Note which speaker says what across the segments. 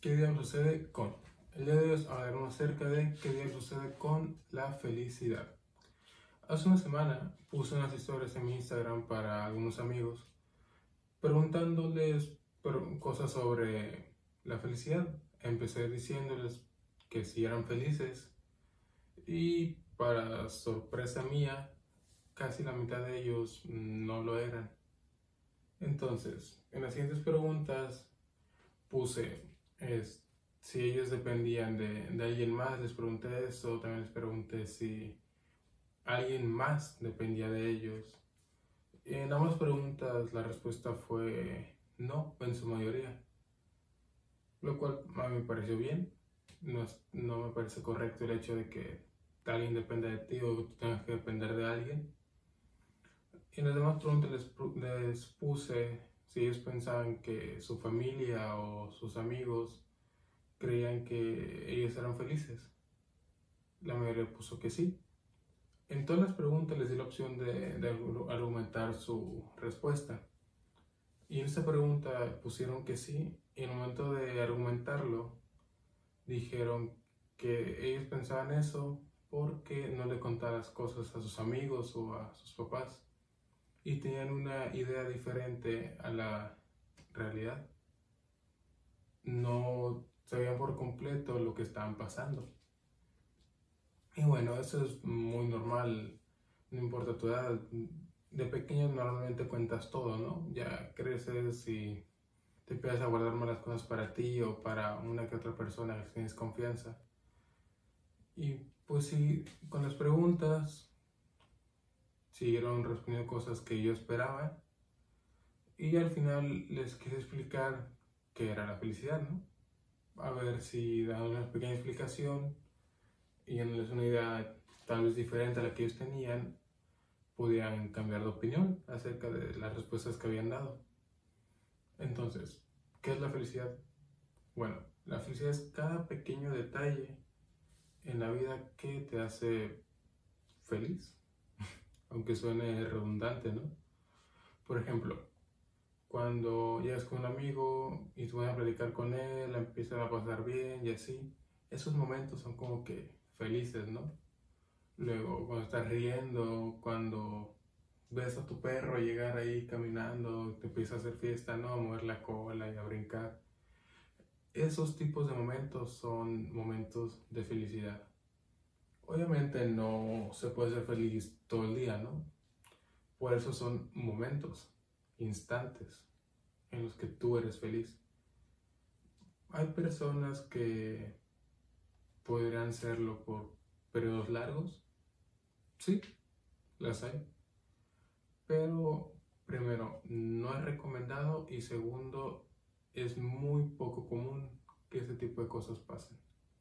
Speaker 1: ¿Qué diablos sucede con? El día de hoy hablaremos acerca de qué diablos sucede con la felicidad. Hace una semana puse unas historias en mi Instagram para algunos amigos preguntándoles cosas sobre la felicidad. Empecé diciéndoles que si eran felices y para sorpresa mía casi la mitad de ellos no lo eran. Entonces, en las siguientes preguntas puse si ellos dependían de alguien más, les pregunté eso, también les pregunté si alguien más dependía de ellos. En ambas preguntas la respuesta fue no, en su mayoría, lo cual a mí me pareció bien. No me parece correcto el hecho de que alguien dependa de ti o que tú tengas que depender de alguien. Y en las demás preguntas les puse si ellos pensaban que su familia o sus amigos creían que ellos eran felices. La mayoría puso que sí. En todas las preguntas les di la opción de argumentar su respuesta. Y en esta pregunta pusieron que sí. Y en el momento de argumentarlo, dijeron que ellos pensaban eso porque no le contaban las cosas a sus amigos o a sus papás. Y tenían una idea diferente a la realidad. No sabían por completo lo que estaban pasando. Y bueno, eso es muy normal, no importa tu edad. De pequeño normalmente cuentas todo, ¿no? Ya creces y te empiezas a guardar malas cosas para ti o para una que otra persona que tienes confianza. Y pues sí, con las preguntas siguieron respondiendo cosas que yo esperaba. Y al final les quise explicar qué era la felicidad, ¿no? A ver si daban una pequeña explicación y dándoles una idea tal vez diferente a la que ellos tenían, podían cambiar de opinión acerca de las respuestas que habían dado. Entonces, ¿qué es la felicidad? Bueno, la felicidad es cada pequeño detalle en la vida que te hace feliz, aunque suene redundante, ¿no? Por ejemplo, cuando llegas con un amigo y tú vas a platicar con él, empiezan a pasar bien y así, esos momentos son como que felices, ¿no? Luego, cuando estás riendo, cuando ves a tu perro llegar ahí caminando, te empieza a hacer fiesta, ¿no? A mover la cola y a brincar. Esos tipos de momentos son momentos de felicidad. Obviamente no se puede ser feliz todo el día, ¿no? Por eso son momentos, instantes, en los que tú eres feliz. Hay personas que podrían serlo por periodos largos, sí, las hay. Pero primero, no es recomendado y segundo, es muy poco común que ese tipo de cosas pasen.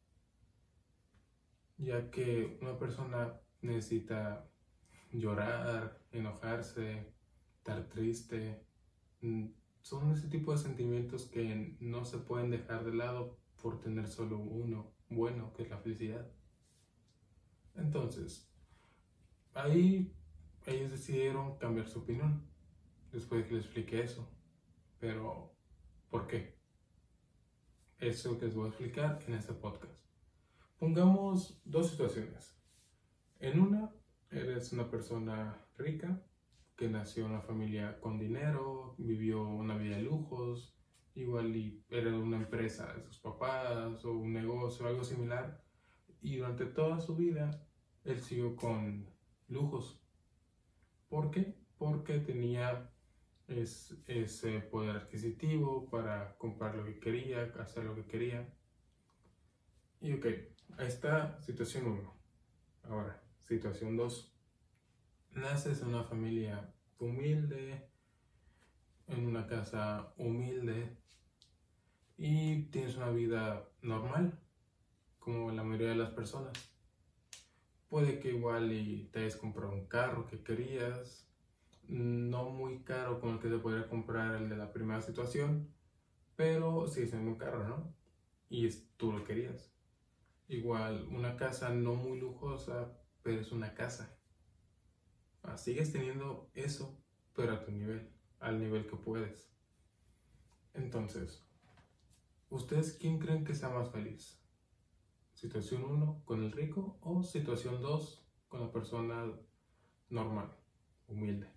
Speaker 1: Ya que una persona necesita llorar, enojarse, estar triste. Son ese tipo de sentimientos que no se pueden dejar de lado por tener solo uno bueno, que es la felicidad. Entonces, ahí ellos decidieron cambiar su opinión después de que les expliqué eso. Pero, ¿por qué? Eso que les voy a explicar en este podcast. Pongamos dos situaciones. En una, eres una persona rica que nació en una familia con dinero, vivió una vida de lujos, igual y era de una empresa de sus papás o un negocio, algo similar, y durante toda su vida él siguió con lujos. ¿Por qué? Porque tenía ese poder adquisitivo para comprar lo que quería, hacer lo que quería. Y ok, ahí está situación 1. Ahora, situación 2. Naces en una familia humilde, en una casa humilde y tienes una vida normal, como la mayoría de las personas. Puede que igual y te hayas comprado un carro que querías, no muy caro como el que te podría comprar el de la primera situación, pero sigue siendo un carro, ¿no? Y tú lo querías. Igual, una casa no muy lujosa, pero es una casa. Sigues teniendo eso, pero a tu nivel, al nivel que puedes. Entonces, ¿Ustedes quién creen que sea más feliz? ¿Situación uno con el rico o situación 2 con la persona normal, humilde?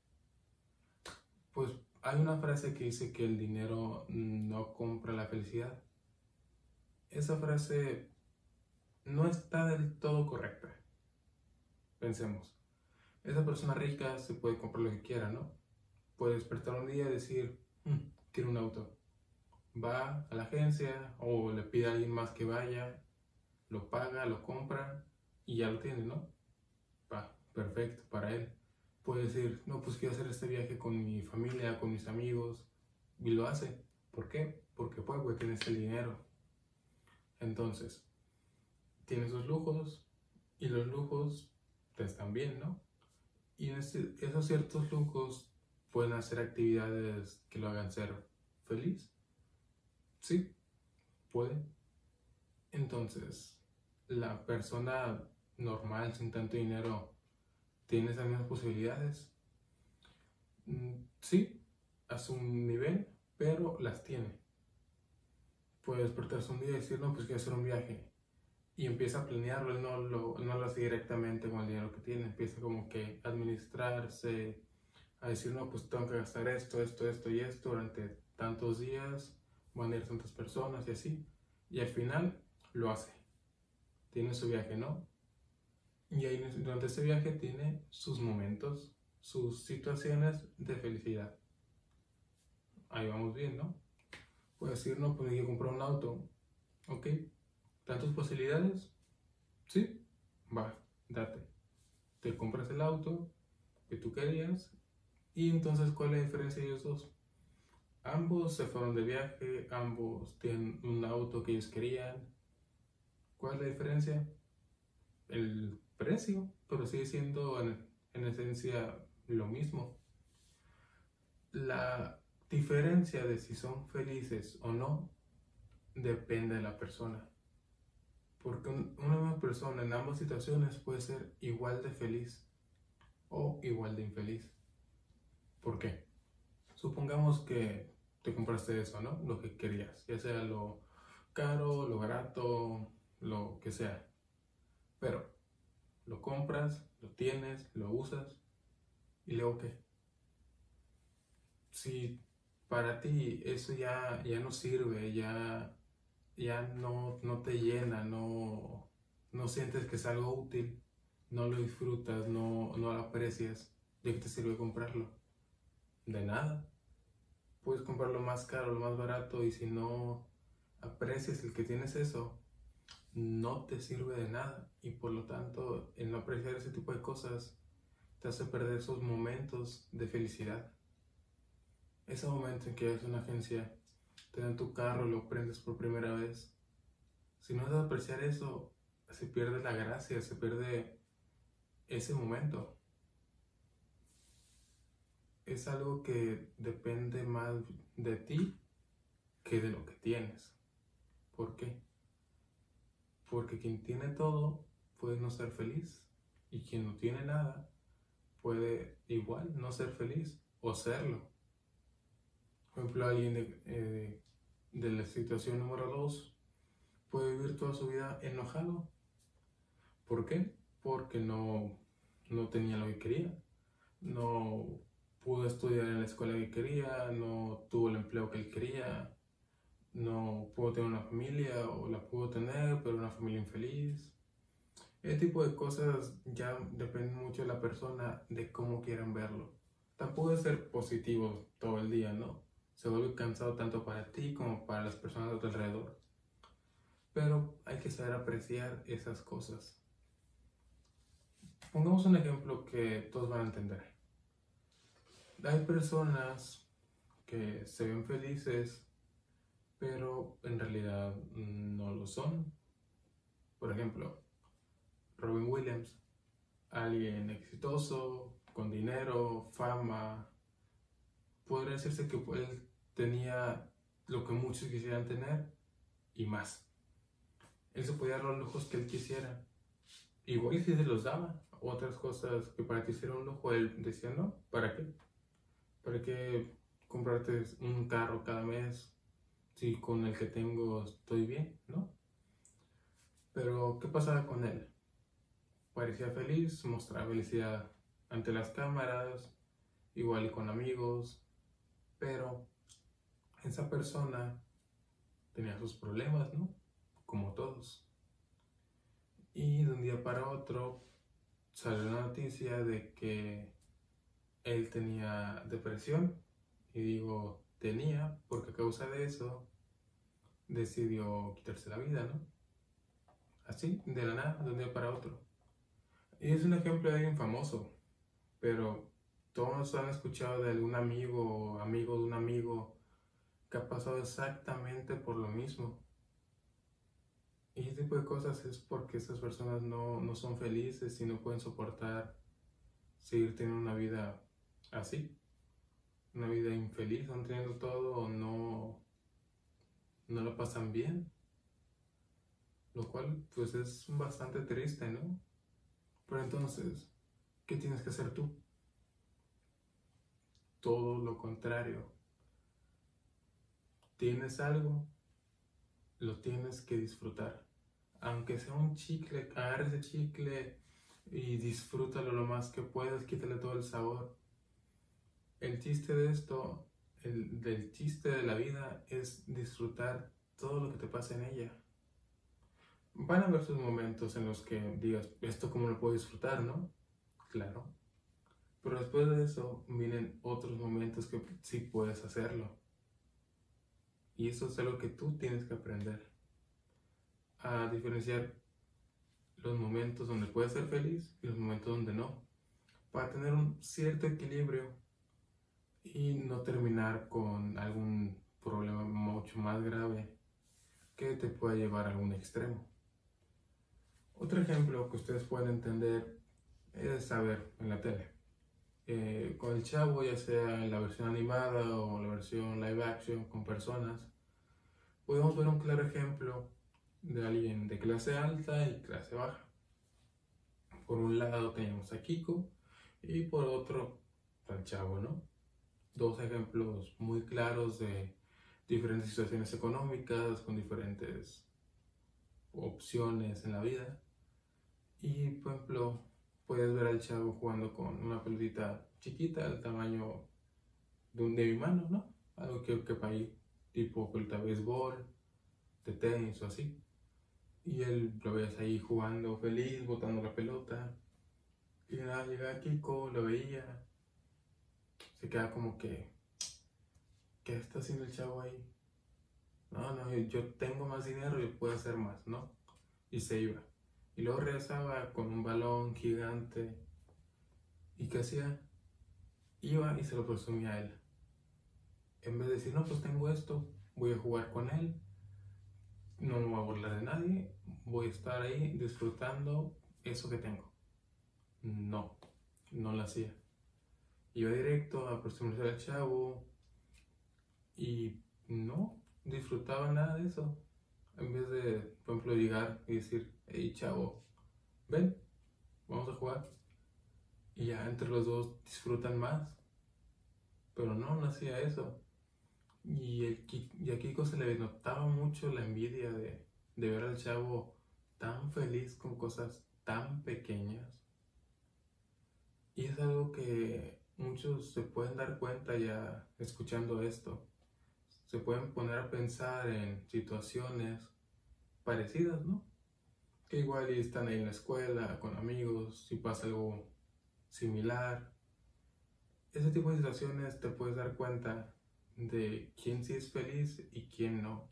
Speaker 1: Pues hay una frase que dice que el dinero no compra la felicidad. Esa frase no está del todo correcta. Pensemos, esa persona rica se puede comprar lo que quiera, ¿no? Puede despertar un día y decir, quiero un auto. Va a la agencia o le pide a alguien más que vaya, lo paga, lo compra y ya lo tiene, ¿no? Va, perfecto para él. Puede decir, no, pues quiero hacer este viaje con mi familia, con mis amigos, y lo hace. ¿Por qué? Porque puede, porque tiene ese dinero. Entonces, tiene sus lujos y los lujos están bien, ¿no? Y esos ciertos lujos pueden hacer actividades que lo hagan ser feliz. Sí, puede. Entonces, la persona normal sin tanto dinero tiene esas mismas posibilidades. Sí, a su nivel, pero las tiene. Puede despertarse un día y decir, no, pues quiero hacer un viaje. Y empieza a planearlo, él no lo hace directamente con el dinero que tiene, empieza como que a administrarse, a decir, no, pues tengo que gastar esto, esto, esto y esto durante tantos días, van a ir tantas personas y así. Y al final lo hace, tiene su viaje, ¿no? Y ahí durante ese viaje tiene sus momentos, sus situaciones de felicidad. Ahí vamos bien, ¿no? Puede decir, no, pues hay que comprar un auto, ¿ok? ¿Tantas posibilidades? Sí, va, date. Te compras el auto que tú querías y entonces, ¿cuál es la diferencia de ellos dos? Ambos se fueron de viaje, ambos tienen un auto que ellos querían. ¿Cuál es la diferencia? El precio, pero sigue siendo en esencia lo mismo. La diferencia de si son felices o no depende de la persona. Porque una misma persona en ambas situaciones puede ser igual de feliz o igual de infeliz. ¿Por qué? Supongamos que te compraste eso, ¿no? Lo que querías, ya sea lo caro, lo barato, lo que sea. Pero lo compras, lo tienes, lo usas y luego ¿qué? Si para ti eso ya no sirve, ya no te llena, no sientes que es algo útil, no lo disfrutas, no lo aprecias, ¿de qué te sirve comprarlo? De nada. Puedes comprar lo más caro, lo más barato y si no aprecias el que tienes eso, no te sirve de nada y por lo tanto el no apreciar ese tipo de cosas te hace perder esos momentos de felicidad. Ese momento en que vas a una agencia, te dan tu carro, lo prendes por primera vez. Si no sabes apreciar eso, se pierde la gracia, se pierde ese momento. Es algo que depende más de ti que de lo que tienes. ¿Por qué? Porque quien tiene todo puede no ser feliz y quien no tiene nada puede igual no ser feliz o serlo. Por ejemplo, alguien de la situación número 2 puede vivir toda su vida enojado. ¿Por qué? Porque no tenía lo que quería, no pudo estudiar en la escuela que quería, no tuvo el empleo que él quería, no pudo tener una familia o la pudo tener, pero una familia infeliz. Ese tipo de cosas ya depende mucho de la persona, de cómo quieran verlo. Tampoco es ser positivo todo el día, ¿no? Se vuelve cansado tanto para ti como para las personas a tu alrededor. Pero hay que saber apreciar esas cosas. Pongamos un ejemplo que todos van a entender. Hay personas que se ven felices, pero en realidad no lo son. Por ejemplo, Robin Williams, alguien exitoso, con dinero, fama. Podría decirse que él tenía lo que muchos quisieran tener y más. Él se podía dar los lujos que él quisiera. Igual si se los daba. Otras cosas que para ti era un lujo, él decía, no, ¿para qué? ¿Para qué comprarte un carro cada mes si con el que tengo estoy bien, ¿no? Pero, ¿qué pasaba con él? Parecía feliz, mostraba felicidad ante las cámaras, igual y con amigos, pero esa persona tenía sus problemas, ¿no? Como todos. Y de un día para otro salió la noticia de que él tenía depresión. Y digo tenía porque a causa de eso decidió quitarse la vida, ¿no? Así, de la nada, de un día para otro. Y es un ejemplo de alguien famoso, pero todos han escuchado de algún amigo o amigo de un amigo que ha pasado exactamente por lo mismo. Y ese tipo de cosas es porque esas personas no son felices y no pueden soportar seguir teniendo una vida así, una vida infeliz, no teniendo todo o no lo pasan bien, lo cual pues es bastante triste, ¿no? Pero entonces, ¿qué tienes que hacer tú? Todo lo contrario. Tienes algo, lo tienes que disfrutar. Aunque sea un chicle, agarra ese chicle y disfrútalo lo más que puedas, quítale todo el sabor. El chiste de esto, del chiste de la vida es disfrutar todo lo que te pasa en ella. Van a haber sus momentos en los que digas, ¿esto cómo lo puedo disfrutar, no? Claro. Pero después de eso vienen otros momentos que sí puedes hacerlo. Y eso es algo que tú tienes que aprender a diferenciar los momentos donde puedes ser feliz y los momentos donde no, para tener un cierto equilibrio y no terminar con algún problema mucho más grave que te pueda llevar a algún extremo. Otro ejemplo que ustedes pueden entender es saber en la tele. Con el Chavo, ya sea en la versión animada o la versión live action con personas, podemos ver un claro ejemplo de alguien de clase alta y clase baja. Por un lado teníamos a Kiko y por otro al Chavo, ¿no? Dos ejemplos muy claros de diferentes situaciones económicas, con diferentes opciones en la vida. Y, por ejemplo, puedes ver al Chavo jugando con una pelotita chiquita, del tamaño de mi mano, ¿no? Algo que para ahí, tipo pelota de béisbol, de tenis o así. Y él lo ves ahí jugando feliz, botando la pelota. Y nada, llega Kiko, lo veía, se queda como que, ¿qué está haciendo el Chavo ahí? No, yo tengo más dinero, yo puedo hacer más, ¿no? Y se iba. Y luego regresaba con un balón gigante. ¿Y qué hacía? Iba y se lo presumía a él. En vez de decir, no, pues tengo esto, voy a jugar con él, no me voy a burlar de nadie, voy a estar ahí disfrutando eso que tengo. No lo hacía. Iba directo a presumirse al Chavo y no disfrutaba nada de eso. En vez de, por ejemplo, llegar y decir, hey Chavo, ven, vamos a jugar. Y ya entre los dos disfrutan más. Pero no hacía eso. Y a Kiko se le notaba mucho la envidia de ver al Chavo tan feliz con cosas tan pequeñas. Y es algo que muchos se pueden dar cuenta ya escuchando esto. Se pueden poner a pensar en situaciones parecidas, ¿no? Que igual y están ahí en la escuela, con amigos, si pasa algo similar. Ese tipo de situaciones te puedes dar cuenta de quién sí es feliz y quién no.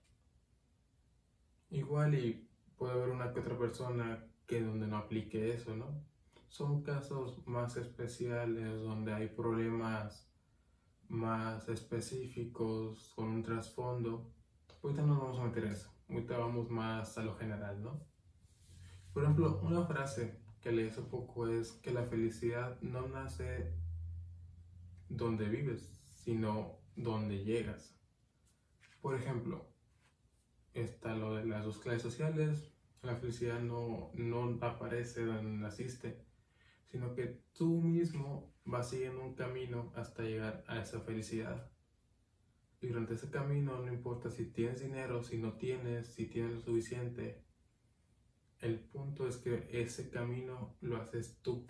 Speaker 1: Igual y puede haber una que otra persona que donde no aplique eso, ¿no? Son casos más especiales donde hay problemas más específicos con un trasfondo. Ahorita no nos vamos a meter en eso. Ahorita vamos más a lo general, ¿no? Por ejemplo, una frase que leí hace poco es que la felicidad no nace donde vives, sino donde llegas. Por ejemplo, está lo de las dos clases sociales. La felicidad no aparece donde naciste, sino que tú mismo vas siguiendo un camino hasta llegar a esa felicidad. Y durante ese camino no importa si tienes dinero, si no tienes, si tienes lo suficiente. El punto es que ese camino lo haces tú.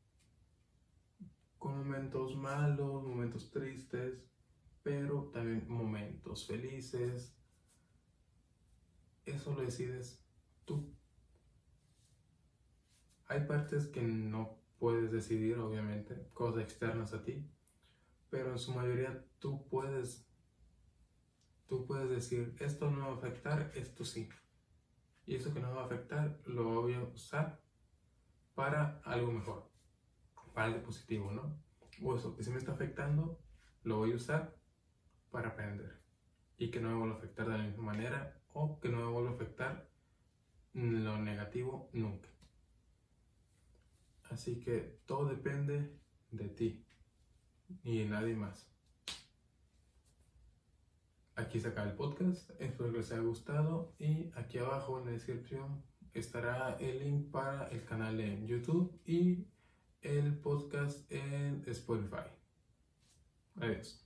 Speaker 1: Con momentos malos, momentos tristes, pero también momentos felices. Eso lo decides tú. Hay partes que no puedes decidir, obviamente, cosas externas a ti, pero en su mayoría tú puedes decir, esto no va a afectar, esto sí. Y eso que no va a afectar lo voy a usar para algo mejor, para algo positivo, ¿no? O eso que sí me está afectando, lo voy a usar para aprender y que no me vuelva a afectar de la misma manera o que no me vuelva a afectar lo negativo nunca. Así que todo depende de ti y de nadie más. Aquí se acaba el podcast, espero que les haya gustado y aquí abajo en la descripción estará el link para el canal en YouTube y el podcast en Spotify. Adiós.